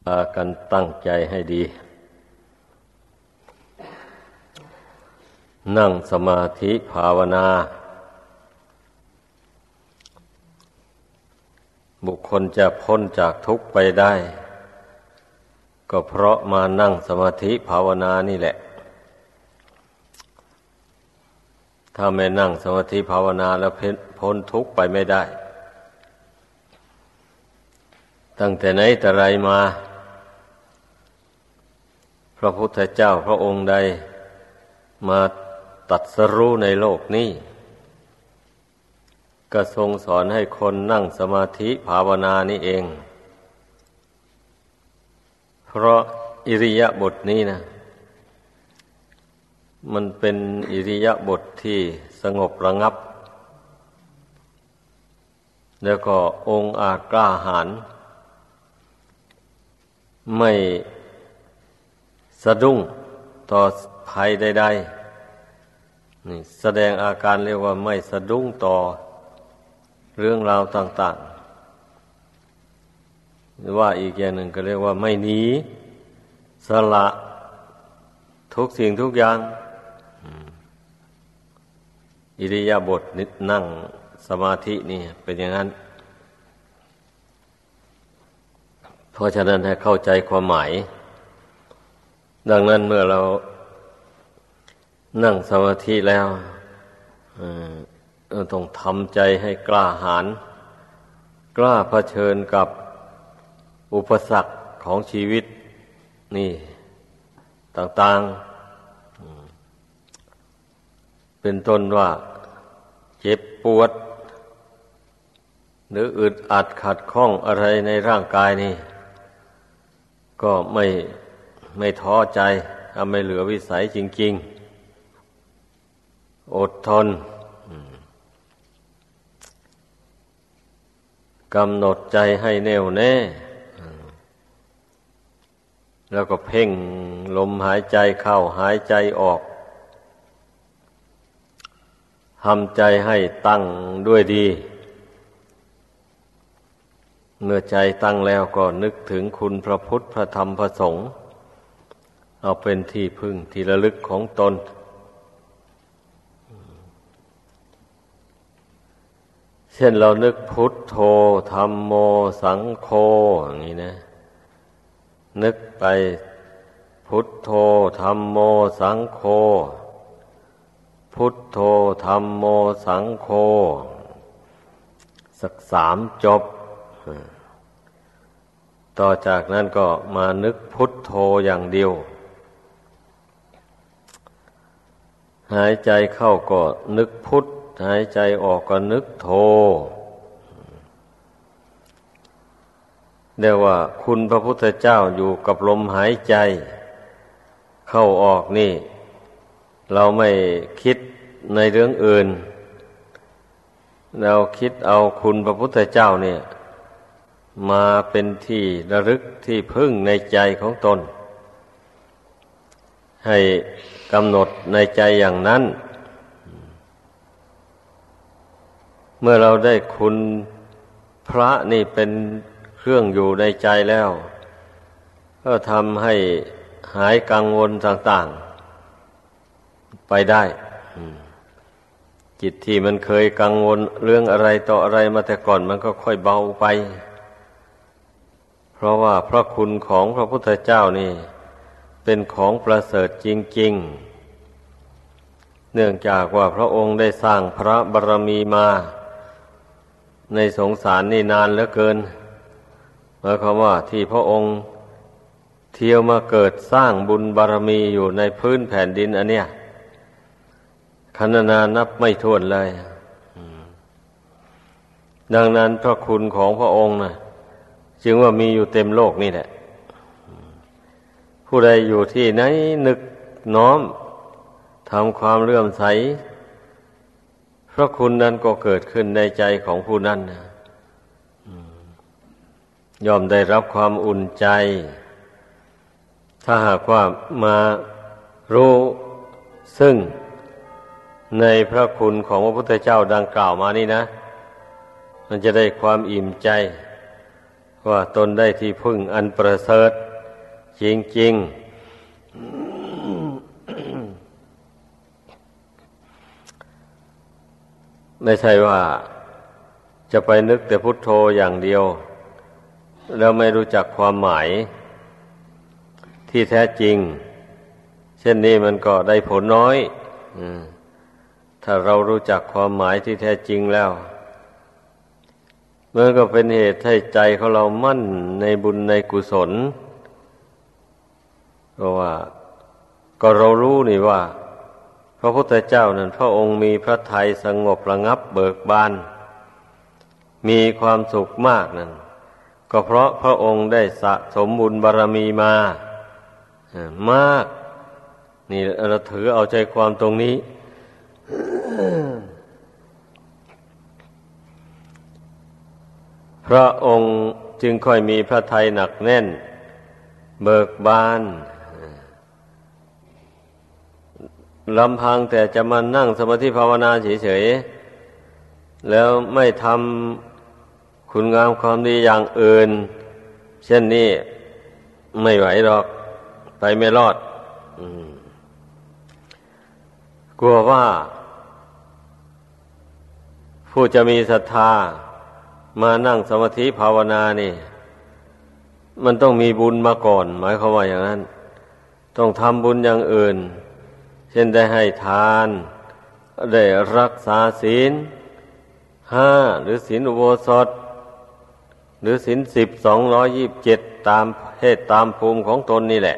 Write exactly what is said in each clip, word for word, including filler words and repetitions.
พากันตั้งใจให้ดีนั่งสมาธิภาวนาบุคคลจะพ้นจากทุกข์ไปได้ก็เพราะมานั่งสมาธิภาวนานี่แหละถ้าไม่นั่งสมาธิภาวนาแล้วพ้นทุกข์ไปไม่ได้ตั้งแต่ไหนแต่ไรมาพระพุทธเจ้าพระองค์ใดมาตรัสรู้ในโลกนี้ก็ทรงสอนให้คนนั่งสมาธิภาวนานี่เองเพราะอิริยาบถนี้นะมันเป็นอิริยาบถที่สงบระงับแล้วก็องค์อาจกล้าหาญไม่สะดุ้งต่อภัยใดๆนี่แสดงอาการเรียกว่าไม่สะดุ้งต่อเรื่องราวต่างๆหรือว่าอีกอย่างหนึ่งก็เรียกว่าไม่หนีสละทุกสิ่งทุกอย่างอิริยาบถนั่งสมาธินี่เป็นอย่างนั้นเพราะฉะนั้นให้เข้าใจความหมายดังนั้นเมื่อเรานั่งสมาธิแล้วเราต้องทำใจให้กล้าหาญกล้าเผชิญกับอุปสรรคของชีวิตนี่ต่างๆเป็นต้นว่าเจ็บปวดหรืออึดอัดขัดข้องอะไรในร่างกายนี่ก็ไม่ไม่ท้อใจถ้าไม่เหลือวิสัยจริงๆอดทนกำหนดใจให้แน่วแน่แล้วก็เพ่งลมหายใจเข้าหายใจออกทำใจให้ตั้งด้วยดีเมื่อใจตั้งแล้วก็นึกถึงคุณพระพุทธพระธรรมพระสงฆ์เอาเป็นที่พึ่งที่ระลึกของตนเช่นเรานึกพุทโธธัมโมสังโฆอย่างนี้นะนึกไปพุทโธธัมโมสังโฆพุทโธธัมโมสังโฆสักสามจบต่อจากนั้นก็มานึกพุทโธอย่างเดียวหายใจเข้าก็นึกพุทหายใจออกก็นึกโธเรียกว่าคุณพระพุทธเจ้าอยู่กับลมหายใจเข้าออกนี่เราไม่คิดในเรื่องอื่นเราคิดเอาคุณพระพุทธเจ้าเนี่ยมาเป็นที่ระลึกที่พึ่งในใจของตนให้กำหนดในใจอย่างนั้นเมื่อเราได้คุณพระนี่เป็นเครื่องอยู่ในใจแล้วก็ทำให้หายกังวลต่างๆไปได้จิตที่มันเคยกังวลเรื่องอะไรต่ออะไรมาแต่ก่อนมันก็ค่อยเบาไปเพราะว่าพระคุณของพระพุทธเจ้านี่เป็นของประเสริฐจริงๆเนื่องจากว่าพระองค์ได้สร้างพระบารมีมาในสงสารนี่นานเหลือเกินหมายความว่าที่พระองค์เที่ยวมาเกิดสร้างบุญบารมีอยู่ในพื้นแผ่นดินอันเนี้ยคณนานับไม่ถ้วนเลยดังนั้นพระคุณของพระองค์นะจึงว่ามีอยู่เต็มโลกนี่แหละผู้ใดอยู่ที่ไหนนึกน้อมทำความเลื่อมใสพระคุณนั้นก็เกิดขึ้นในใจของผู้นั้นนะย่อมได้รับความอุ่นใจถ้าหากว่ามารู้ซึ่งในพระคุณของพระพุทธเจ้าดังกล่าวมานี่นะมันจะได้ความอิ่มใจคว่าตนได้ที่พึ่งอันประเสริฐจริงๆไม่ใช่ว่าจะไปนึกแต่พุทโธอย่างเดียวแล้วไม่รู้จักความหมายที่แท้จริงเช่นนี้มันก็ได้ผลน้อยถ้าเรารู้จักความหมายที่แท้จริงแล้วมันก็เป็นเหตุให้ใจของเรามั่นในบุญในกุศลเพราะว่าก็เรารู้นี่ว่าพระพุทธเจ้านั้นพระองค์มีพระทัยสงบระงับเบิกบานมีความสุขมากนั่นก็เพราะพระองค์ได้สะสมบุญบารมีมามากนี่เราถือเอาใจความตรงนี้ พระองค์จึงค่อยมีพระทัยหนักแน่นเบิกบานลำพังแต่จะมานั่งสมาธิภาวนาเฉยๆแล้วไม่ทำคุณงามความดีอย่างอื่นเช่นนี้ไม่ไหวหรอกไปไม่รอดกลัวว่าผู้จะมีศรัทธามานั่งสมาธิภาวนานี่มันต้องมีบุญมาก่อนหมายความว่าอย่างนั้นต้องทำบุญอย่างอื่นเช่นได้ให้ทานได้รักษาศีลห้าหรือศีลอุโบสถหรือศีลสิบสองร้อยยี่สิบเจ็ดตามเพศตามภูมิของตนนี่แหละ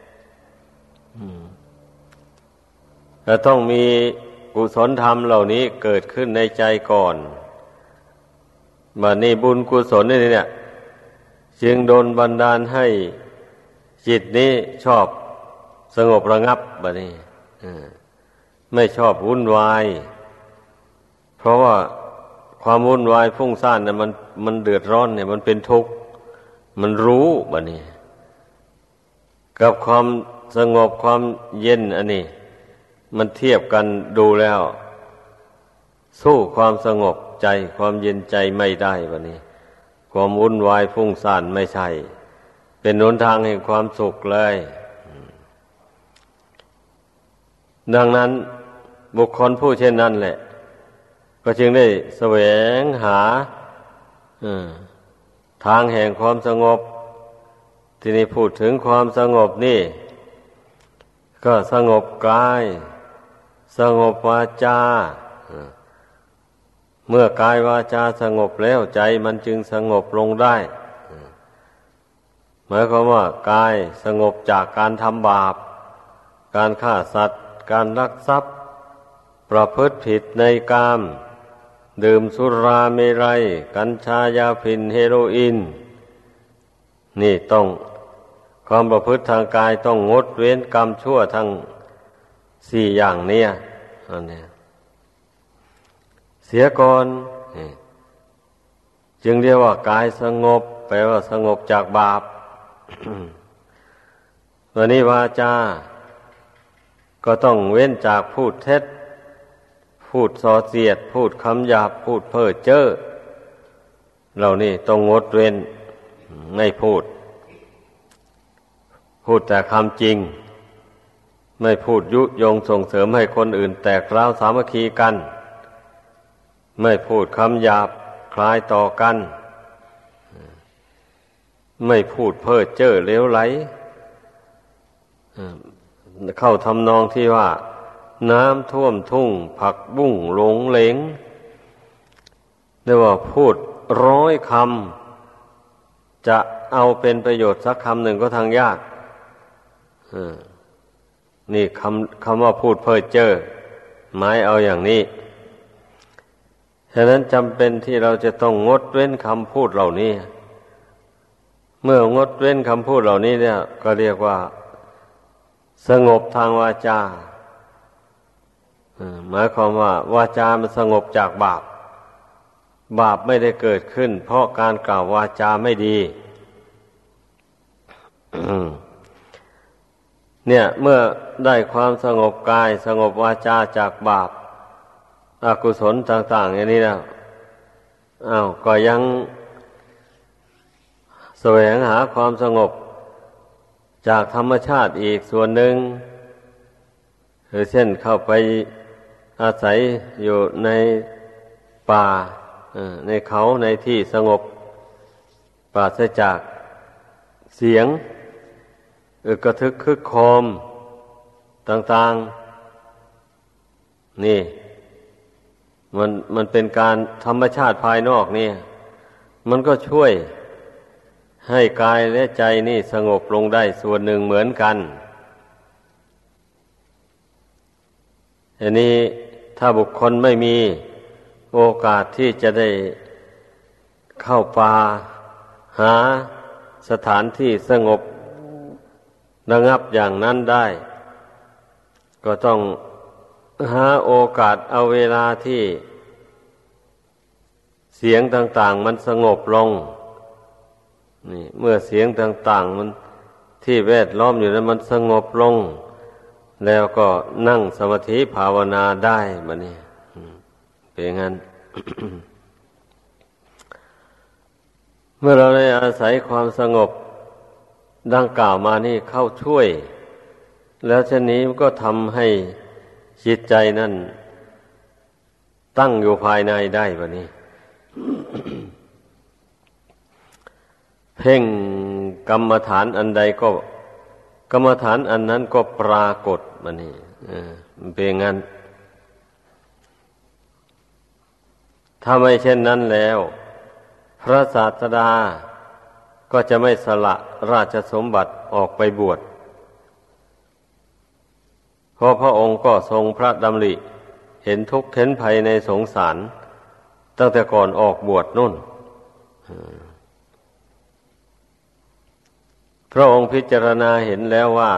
แต่ต้องมีกุศลธรรมเหล่านี้เกิดขึ้นในใจก่อนบัดนี้บุญกุศลนี่เนี่ยจึงโดนบันดาลให้จิตนี้ชอบสงบระงับบัดนี้ไม่ชอบวุ่นวายเพราะว่าความวุ่นวายฟุ้งซ่านเนี่ยมันมันเดือดร้อนเนี่ยมันเป็นทุกข์มันรู้บัดนี้กับความสงบความเย็นอันนี้มันเทียบกันดูแล้วสู้ความสงบใจความเย็นใจไม่ได้บัดนี้ความวุ่นวายฟุ้งซ่านไม่ใช่เป็นหนทางแห่งความสุขเลยดังนั้นบุคคลผู้เช่นนั้นแหละก็จึงได้แสวงหาทางแห่งความสงบที่นี่พูดถึงความสงบนี่ก็สงบกายสงบวาจาเมื่อกายวาจาสงบแล้วใจมันจึงสงบลงได้หมายความว่ากายสงบจากการทำบาปการฆ่าสัตว์การลักทรัพย์ประพฤติผิดในกามดื่มสุราเมรัยกัญชายาฝิ่นเฮโรอีนนี่ต้องความประพฤติทางกายต้องงดเว้นกรรมชั่วทั้งสี่อย่างเนี้ยอันเนี้ยเสียก่อนจึงเรียกว่ากายสงบแปลว่าสงบจากบาป วันนี้วาจาก็ต้องเว้นจากพูดเท็จพูดส่อเสียดพูดคำหยาบพูดเพ้อเจ้อเหล่านี้ต้องงดเว้นไม่พูดพูดแต่คำจริงไม่พูดยุยงส่งเสริมให้คนอื่นแตกร้าวสามัคคีกันไม่พูดคำหยาบคล้ายต่อกันไม่พูดเพ้อเจ้อเลวไหลเข้าทำนองที่ว่าน้ำท่วมทุ่งผักบุ้งหลงเหลงเรียกว่าพูดร้อยคำจะเอาเป็นประโยชน์สักคำหนึ่งก็ทางยากนี่คำคำว่าพูดเพ้อเจ้อหมายเอาอย่างนี้ฉะนั้นจำเป็นที่เราจะต้องงดเว้นคำพูดเหล่านี้เมื่องดเว้นคำพูดเหล่านี้เนี่ยก็เรียกว่าสงบทางวาจาหมายความว่าวาจามันสงบจากบาปบาปไม่ได้เกิดขึ้นเพราะการกล่าววาจาไม่ดี เนี่ยเมื่อได้ความสงบกายสงบวาจาจากบาปอกุศลต่างๆอย่างนี้แล้วอ้าวก็ยังแสวงหาความสงบจากธรรมชาติอีกส่วนหนึ่งหรือเช่นเข้าไปอาศัยอยู่ในป่าในเขาในที่สงบปราศจากเสียงอึกกระทึกคึกโครมต่างๆนี่มันมันเป็นการธรรมชาติภายนอกนี่มันก็ช่วยให้กายและใจนี่สงบลงได้ส่วนหนึ่งเหมือนกันอันนี้ถ้าบุคคลไม่มีโอกาสที่จะได้เข้าป่าหาสถานที่สงบระงับอย่างนั้นได้ก็ต้องหาโอกาสเอาเวลาที่เสียงต่างๆมันสงบลงนี่เมื่อเสียงต่างๆมันที่แวดล้อมอยู่นั้นมันสงบลงแล้วก็นั่งสมาธิภาวนาได้บัดนี้เป็นงั้น เมื่อเราได้อาศัยความสงบดังกล่าวมานี่เข้าช่วยแล้วเช่นนี้มันก็ทำให้จิตใจนั่นตั้งอยู่ภายในได้บัดนี้ เพ่งกรรมฐานอันใดก็กรรมฐานอันนั้นก็ปรากฏบัดนี้มันเป็นงั้นถ้าไม่เช่นนั้นแล้วพระศาสดาก็จะไม่สละราชสมบัติออกไปบวชเพราะพระองค์ก็ทรงพระดำริเห็นทุกข์เห็นภัยในสงสารตั้งแต่ก่อนออกบวชนู่นพระองค์พิจารณาเห็นแล้วว่า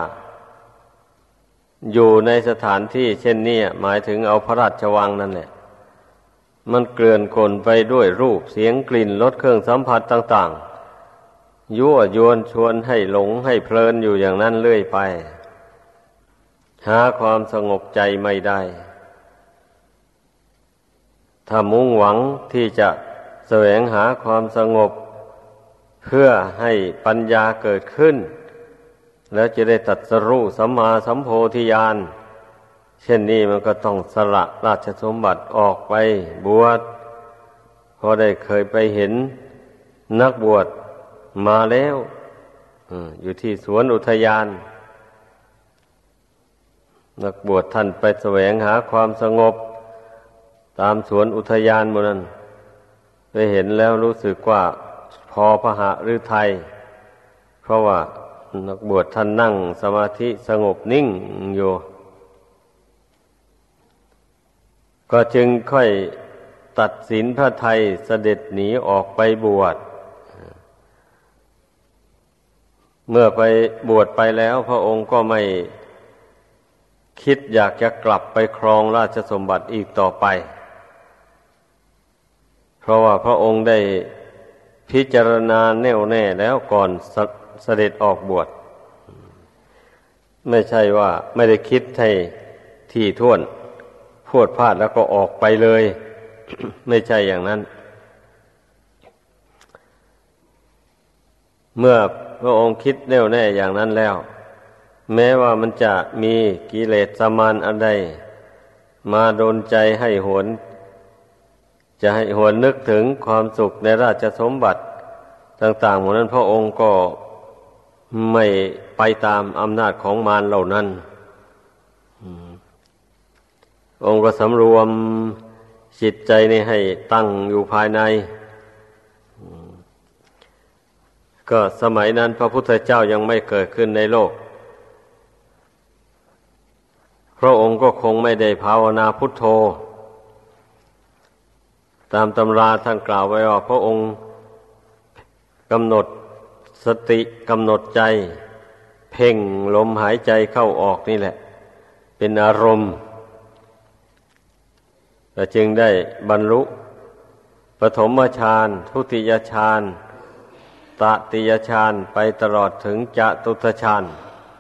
อยู่ในสถานที่เช่นนี้หมายถึงเอาพระราชวังนั่นแหละมันเกลื่อนกลนไปด้วยรูปเสียงกลิ่นรสเครื่องสัมผัสต่างๆยั่วยวนชวนให้หลงให้เพลินอยู่อย่างนั้นเรื่อยไปหาความสงบใจไม่ได้ถ้ามุ่งหวังที่จะแสวงหาความสงบเพื่อให้ปัญญาเกิดขึ้นแล้วจะได้ตรัสรู้สัมมาสัมโพธิญาณเช่นนี้มันก็ต้องสละราชสมบัติออกไปบวชเพราะได้เคยไปเห็นนักบวชมาแล้วอยู่ที่สวนอุทยานนักบวชท่านไปแสวงหาความสงบตามสวนอุทยานหมดนั้นไปเห็นแล้วรู้สึกว่าพอพหฤทัยเพราะว่านักบวชท่านนั่งสมาธิสงบนิ่งอยู่ก็จึงค่อยตัดสินพระทัยเสด็จหนีออกไปบวชเมื่อไปบวชไปแล้วพระองค์ก็ไม่คิดอยากจะกลับไปครองราชสมบัติอีกต่อไปเพราะว่าพระองค์ได้พิจารณาแน่วแน่แล้วก่อนเสด็จออกบวชไม่ใช่ว่าไม่ได้คิดให้ถี่ถ้วนพูดพลาดแล้วก็ออกไปเลย ไม่ใช่อย่างนั้นเมื่อพระองค์คิดแน่วแน่อย่างนั้นแล้วแม้ว่ามันจะมีกิเลสมารอันใดมาดลใจให้หวนจะให้หวนนึกถึงความสุขในราชสมบัติต่างๆหมดนั้นพระองค์ก็ไม่ไปตามอำนาจของมารเหล่านั้นองค์ก็สำรวมจิตใจนี่ให้ตั้งอยู่ภายในก็สมัยนั้นพระพุทธเจ้ายังไม่เกิดขึ้นในโลกพระองค์ก็คงไม่ได้ภาวนาพุทโธตามตำราท่านกล่าวไว้ว่าพระองค์กำหนดสติกำหนดใจเพ่งลมหายใจเข้าออกนี่แหละเป็นอารมณ์และจึงได้บรรลุปฐมฌานทุติยฌานตติยฌานไปตลอดถึงจตุตฌาน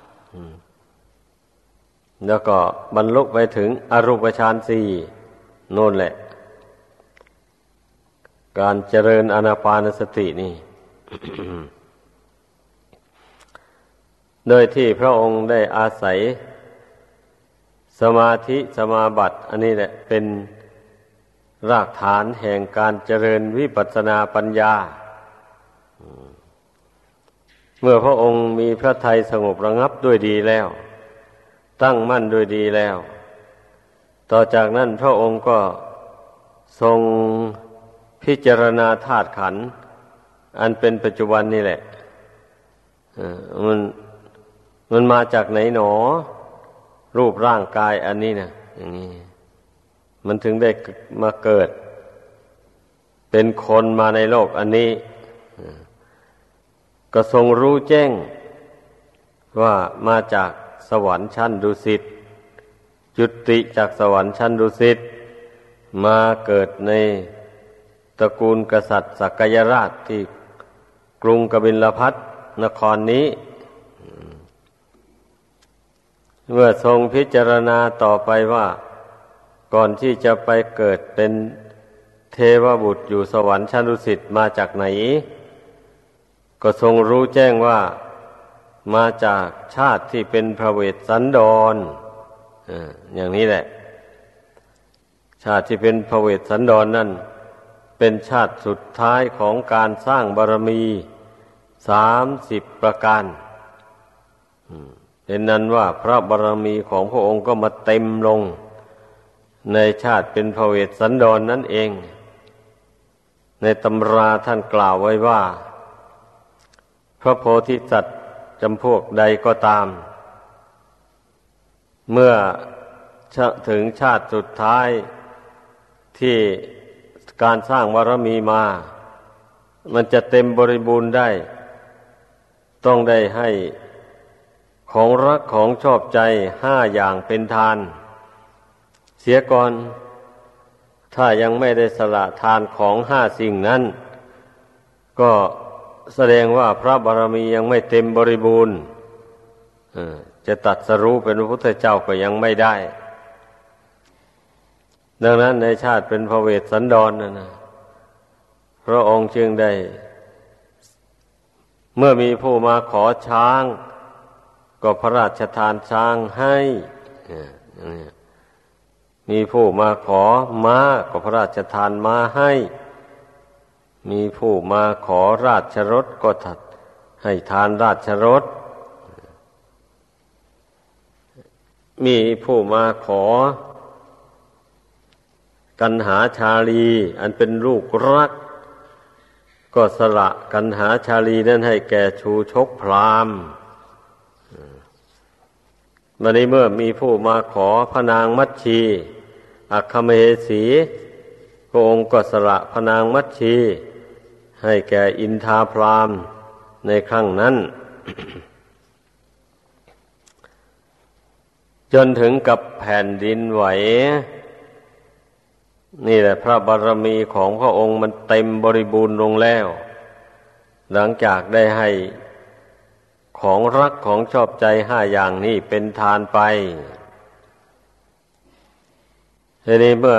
แล้วก็บรรลุไปถึงอรูปฌานสี่โน่นแหละการเจริญอานาปานสตินี่โดยที่พระองค์ได้อาศัยสมาธิสมาบัติอันนี้แหละเป็นรากฐานแห่งการเจริญวิปัสสนาปัญญาเมื่อพระองค์มีพระทัยสงบระงับด้วยดีแล้วตั้งมั่นด้วยดีแล้วต่อจากนั้นพระองค์ก็ทรงพิจารณาธาตุขันธ์อันเป็นปัจจุบันนี่แหละมันมันมาจากไหนหนอรูปร่างกายอันนี้นะอย่างนี้มันถึงได้มาเกิดเป็นคนมาในโลกอันนี้ก็ทรงรู้แจ้งว่ามาจากสวรรค์ชั้นดุสิตจุติจากสวรรค์ชั้นดุสิตมาเกิดในตระกูลกษัตริย์สักยราชที่กรุงกบิลพัสนครนี้เมื่อทรงพิจารณาต่อไปว่าก่อนที่จะไปเกิดเป็นเทวบุตรอยู่สวรรค์ชั้นดุสิตมาจากไหนก็ทรงรู้แจ้งว่ามาจากชาติที่เป็นพระเวสสันดรอย่างนี้แหละชาติที่เป็นพระเวสสันดรนั่นเป็นชาติสุดท้ายของการสร้างบารมีสามสิบประการเป็นนั้นว่าพระบารมีของพระองค์ก็มาเต็มลงในชาติเป็นพระเวสสันดรนั่นเองในตำราท่านกล่าวไว้ว่าพระโพธิสัตว์จำพวกใดก็ตามเมื่อถึงชาติสุดท้ายที่การสร้างบารมีมามันจะเต็มบริบูรณ์ได้ต้องได้ให้ของรักของชอบใจห้าอย่างเป็นทานเสียก่อนถ้ายังไม่ได้สละทานของห้าสิ่งนั้นก็แสดงว่าพระบารมียังไม่เต็มบริบูรณ์จะตรัสรู้เป็นพระพุทธเจ้าก็ยังไม่ได้ดังนั้นในชาติเป็นพระเวสสันดรนั่นนะพระองค์จึงได้เมื่อมีผู้มาขอช้างก็พระราชทานช้างให้มีผู้มาขอม้าก็พระราชทานม้าให้มีผู้มาขอราชรถก็ถัดให้ทานราชรถมีผู้มาขอกันหาชาลีอันเป็นลูกรักก็สละกันหาชาลีนั้นให้แก่ชูชกพราหมณ์วันนี้เมื่อมีผู้มาขอพระนางมัชชีอัคคมเหสีพระองค์ก็สละพระนางมัชชีให้แก่อินทาพราหมณ์ในครั้งนั้น จนถึงกับแผ่นดินไหวนี่แหละพระบารมีของพระองค์มันเต็มบริบูรณ์ลงแล้วหลังจากได้ให้ของรักของชอบใจห้าอย่างนี้เป็นทานไปทีนี้เมื่อ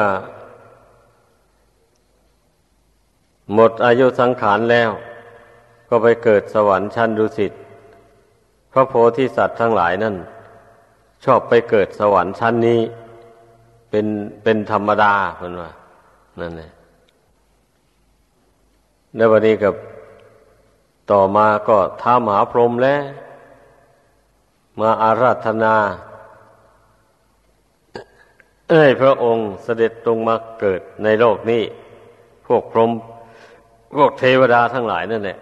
หมดอายุสังขารแล้วก็ไปเกิดสวรรค์ชั้นดุสิตพระโพธิสัตว์ทั้งหลายนั่นชอบไปเกิดสวรรค์ชั้นนี้เป็นเป็นธรรมดาเพิ่นว่านั่นแหละแล้ววันนี้กับต่อมาก็ท้ามหาพรหมแล้วมาอาราธนาให้พระองค์เสด็จลงมาเกิดในโลกนี้พวกพรหมพวกเทวดาทั้งหลายนั่นแหละ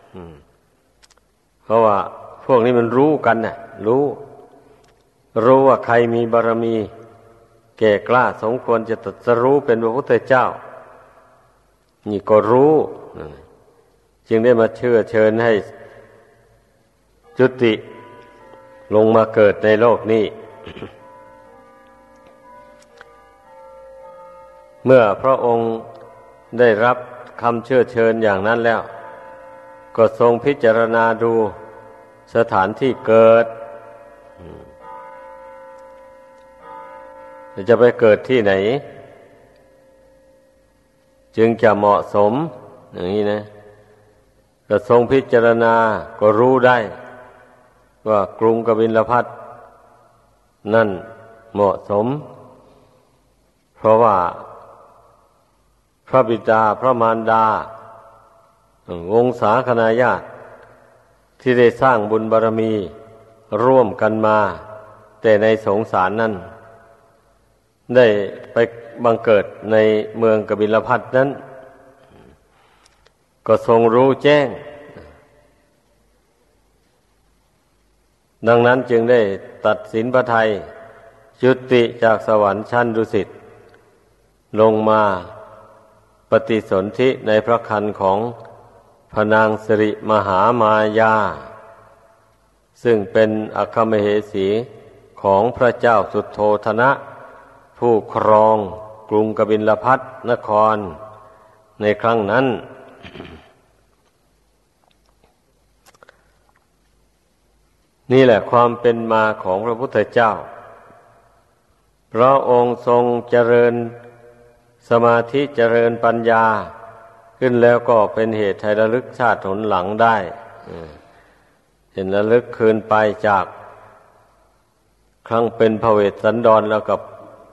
เพราะว่าพวกนี้มันรู้กันน่ะรู้รู้ว่าใครมีบารมีแก่กล้าสมควรจะตรัสรู้เป็นพระพุทธเจ้านี่ก็รู้จึงได้มาเชื่อเชิญให้จุติลงมาเกิดในโลกนี้ เมื่อพระองค์ได้รับคำเชื่อเชิญอย่างนั้นแล้วก็ทรงพิจารณาดูสถานที่เกิดจะไปเกิดที่ไหนจึงจะเหมาะสมอย่างนี้นะก็ทรงพิจารณาก็รู้ได้ว่ากรุงกบิลพัสนั่นเหมาะสมเพราะว่าพระบิดาพระมารดาวงศาคณาญาติที่ได้สร้างบุญบารมีร่วมกันมาแต่ในสงสารนั้นได้ไปบังเกิดในเมืองกบิลพัสนั้นก็ทรงรู้แจ้งดังนั้นจึงได้ตัดสินพระทัยยุติจากสวรรค์ชั้นดุสิตลงมาปฏิสนธิในพระครรภ์ของพระนางสิริมหามายาซึ่งเป็นอัครมเหสีของพระเจ้าสุโธทนะผู้ครองกรุงกบิลพัสนครในครั้งนั้นนี่แหละความเป็นมาของพระพุทธเจ้าพระองค์ทรงเจริญสมาธิเจริญปัญญาขึ้นแล้วก็เป็นเหตุให้ระลึกชาติหนหลังได้เห็นระลึกคืนไปจากครั้งเป็นพระเวสสันดรแล้วกับ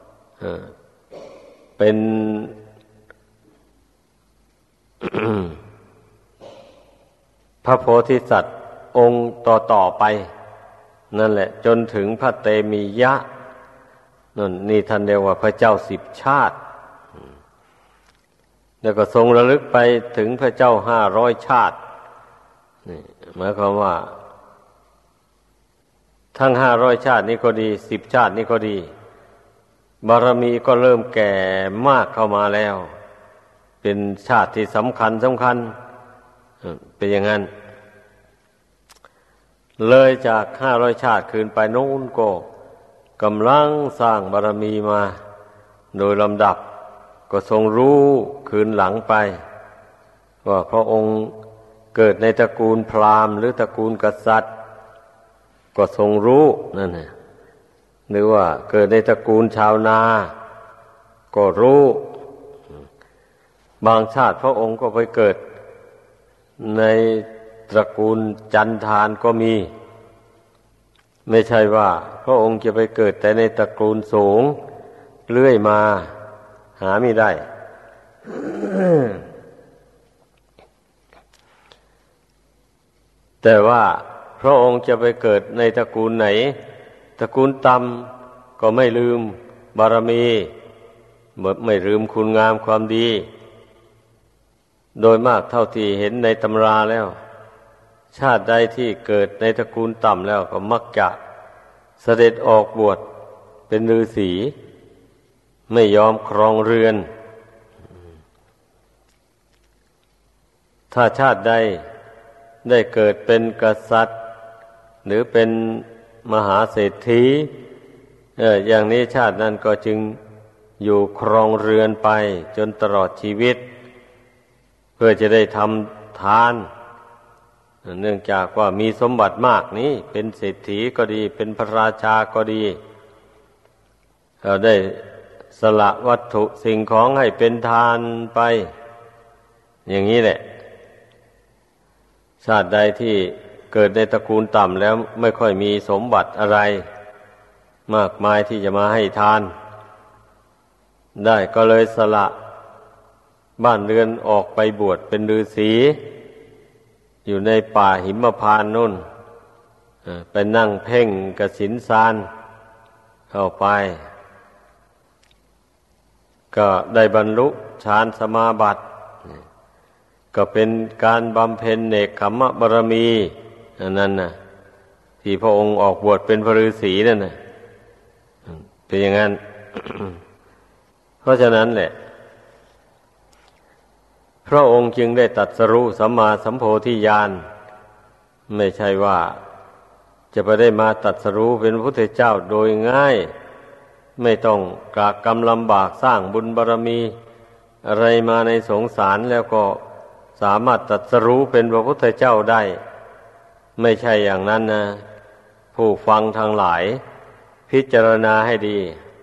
เป็น พระโพธิสัตว์องค์ต่อๆไปนั่นแหละจนถึงพระเตมียะนั่นนี่ท่านเรียกว่าพระเจ้าสิบชาติแล้วก็ทรงระลึกไปถึงพระเจ้าห้าร้อยชาตินี่หมายความว่าทั้งห้าร้อยชาตินี้ก็ดีสิบชาตินี้ก็ดีบารมีก็เริ่มแก่มากเข้ามาแล้วเป็นชาติที่สำคัญสำคัญเป็นอย่างนั้นเลยจากห้าร้อยชาติคืนไปโน้นก็กำลังสร้างบารมีมาโดยลำดับก็ทรงรู้คืนหลังไปว่าพระองค์เกิดในตระกูลพราหมณ์หรือตระกูลกษัตริย์ก็ทรงรู้นั่นแหละหรือว่าเกิดในตระกูลชาวนาก็รู้บางชาติพระองค์ก็ไปเกิดในตระกูลจันทานก็มีไม่ใช่ว่าพระองค์จะไปเกิดแต่ในตระกูลสูงเลื่อยมาหาไม่ได้ แต่ว่าพระองค์จะไปเกิดในตระกูลไหนตระกูลต่ำก็ไม่ลืมบารมีไม่ลืมคุณงามความดีโดยมากเท่าที่เห็นในตำราแล้วชาติใดที่เกิดในตระกูลต่ำแล้วก็มักจะเสด็จออกบวชเป็นฤาษีไม่ยอมครองเรือนถ้าชาติใดได้เกิดเป็นกษัตริย์หรือเป็นมหาเศรษฐีเอออย่างนี้ชาตินั้นก็จึงอยู่ครองเรือนไปจนตลอดชีวิตเพื่อจะได้ทำทานเนื่องจากว่ามีสมบัติมากนี้เป็นเศรษฐีก็ดีเป็นพระราชาก็ดีเราได้สละวัตถุสิ่งของให้เป็นทานไปอย่างนี้แหละชาติใดที่เกิดในตระกูลต่ำแล้วไม่ค่อยมีสมบัติอะไรมากมายที่จะมาให้ทานได้ก็เลยสละบ้านเรือนออกไปบวชเป็นฤาษีอยู่ในป่าหิมพานต์นู่นไปนั่งเพ่งกสิณสารเข้าไปก็ได้บรรลุฌานสมาบัติก็เป็นการบำเพ็ญเนกขัมมบารมีอันนั้นน่ะที่พระองค์ออกบวชเป็นพระฤาษีนั่นน่ะเป็นอย่างนั้น เพราะฉะนั้นแหละพระองค์จึงได้ตรัสรู้สัมมาสัมโพธิญาณไม่ใช่ว่าจะไปได้มาตรัสรู้เป็นพระพุทธเจ้าโดยง่ายไม่ต้องกระกำลำบากสร้างบุญบารมีอะไรมาในสงสารแล้วก็สามารถตรัสรู้เป็นพระพุทธเจ้าได้ไม่ใช่อย่างนั้นนะผู้ฟังทั้งหลายพิจารณาให้ดี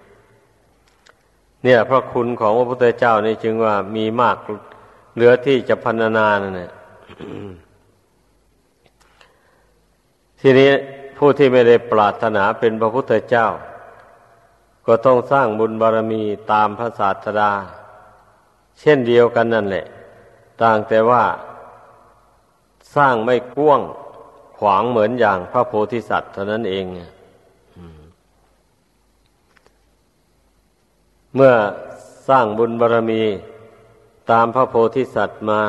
เนี่ยพระคุณของพระพุทธเจ้านี่จึงว่ามีมากเหลือที่จะพรรณนานั่นแหละ ทีนี้พผู้ที่ไม่ได้ปรารถนาเป็นพระพุทธเจ้าก็ต้องสร้างบุญบารมีตามพระศาสดาเช่นเดียวกันนั่นแหละต่างแต่ว่าสร้างไม่กว้างขวางเหมือนอย่างพระโพธิสัตว์เท่านั้นเองเมื่อสร้างบุญบารมีตามพระโพธิสัตว์มา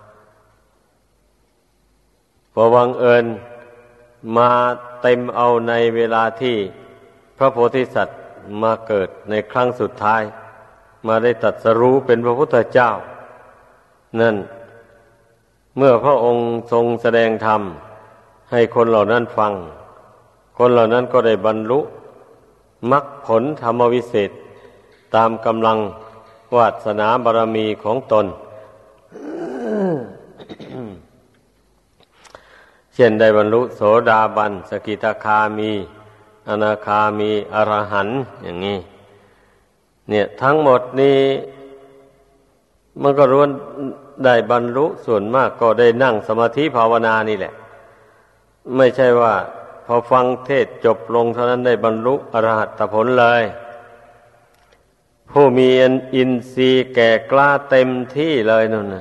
พอบังเอิญมาเต็มเอาในเวลาที่พระโพธิสัตว์มาเกิดในครั้งสุดท้ายมาได้ตรัสรู้เป็นพระพุทธเจ้านั่นเมื่อพระองค์ทรงแสดงธรรมให้คนเหล่านั้นฟังคนเหล่านั้นก็ได้บรรลุมรรคผลธรรมวิเศษตามกำลังวาสนาบารมีของตน เช่นได้บรรลุโสดาบันสกิทาคามีอนาคามีอรหันต์อย่างนี้เนี่ยทั้งหมดนี้มันก็ล้วนได้บรรลุส่วนมากก็ได้นั่งสมาธิภาวนานี่แหละไม่ใช่ว่าพอฟังเทศจบลงเท่านั้นได้บรรลุอรหัตผลเลยผู้มีอินทรีย์แก่กล้าเต็มที่เลยนั่นนะ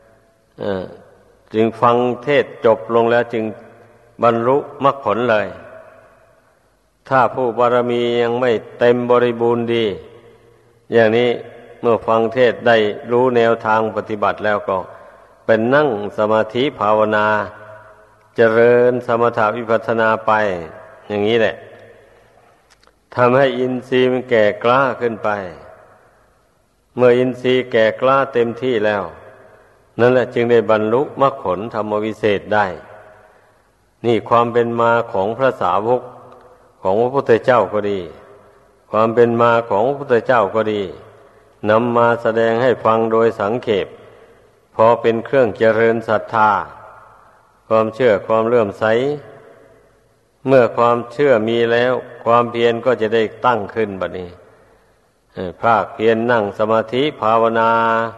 จึงฟังเทศจบลงแล้วจึงบรรลุมรรคผลเลยถ้าผู้บารมียังไม่เต็มบริบูรณ์ดีอย่างนี้เมื่อฟังเทศได้รู้แนวทางปฏิบัติแล้วก็เป็นนั่งสมาธิภาวนาเจริญสมถะวิปัสสนาไปอย่างนี้แหละทำให้อินทรีย์มันแก่กล้าขึ้นไปเมื่ออินทรีย์แก่กล้าเต็มที่แล้วนั่นแหละจึงได้บรรลุมรรคผลธรรมวิเศษได้นี่ความเป็นมาของพระสาวกของพระพุทธเจ้าก็ดีความเป็นมาของพระพุทธเจ้าก็ดีนำมาแสดงให้ฟังโดยสังเขปพอเป็นเครื่องเจริญศรัทธาความเชื่อความเลื่อมใสเมื่อความเชื่อมีแล้วความเพียรก็จะได้ตั้งขึ้นบัดนี้ภาคเพียรนั่งสมาธิภาวนา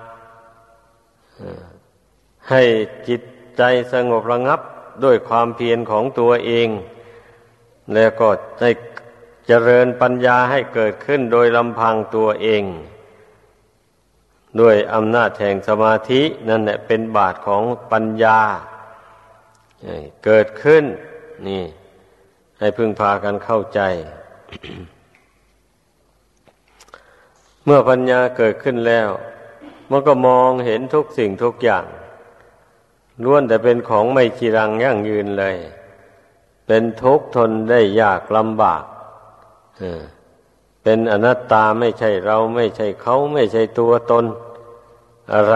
ให้จิตใจสงบระงับด้วยความเพียรของตัวเองแล้วก็ได้เจริญปัญญาให้เกิดขึ้นโดยลำพังตัวเองด้วยอำนาจแห่งสมาธินั่นแหละเป็นบาทของปัญญาเกิดขึ้นนี่ให้พึงพากันเข้าใจ เมื่อปัญญาเกิดขึ้นแล้วมันก็มองเห็นทุกสิ่งทุกอย่างล้วนแต่เป็นของไม่จีรังยั่งยืนเลยเป็นทุกข์ทนได้ยากลำบากเป็นอนัตตาไม่ใช่เราไม่ใช่เขาไม่ใช่ตัวตนอะไร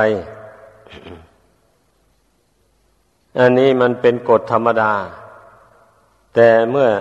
อันนี้มันเป็นกฎธรรมดาแต่เมื่อ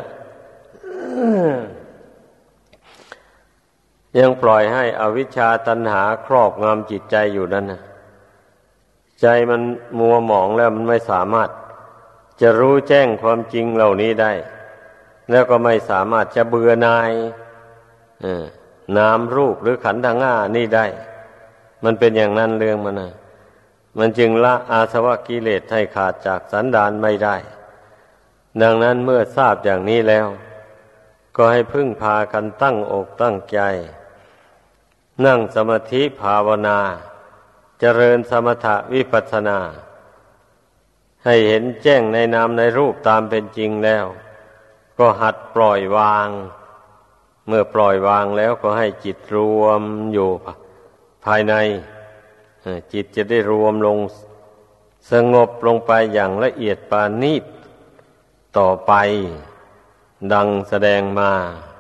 ยังปล่อยให้อวิชชาตัณหาครอบงำจิตใจอยู่นั้นนะใจมันมัวหมองแล้วมันไม่สามารถจะรู้แจ้งความจริงเหล่านี้ได้แล้วก็ไม่สามารถจะเบื่อหน่ายนามรูปหรือขันธ์ทั้งห้านี่ได้มันเป็นอย่างนั้นเรื่องมันนะมันจึงละอาสวะกิเลสให้ขาดจากสันดานไม่ได้ดังนั้นเมื่อทราบอย่างนี้แล้วก็ให้พึ่งพากันตั้งอกตั้งใจนั่งสมาธิภาวนาเจริญสมถะวิปัสสนาให้เห็นแจ้งในนามในรูปตามเป็นจริงแล้วก็หัดปล่อยวางเมื่อปล่อยวางแล้วก็ให้จิตรวมอยู่ภายในจิตจะได้รวมลงสงบลงไปอย่างละเอียดปราณีตต่อไปดังแสดงมา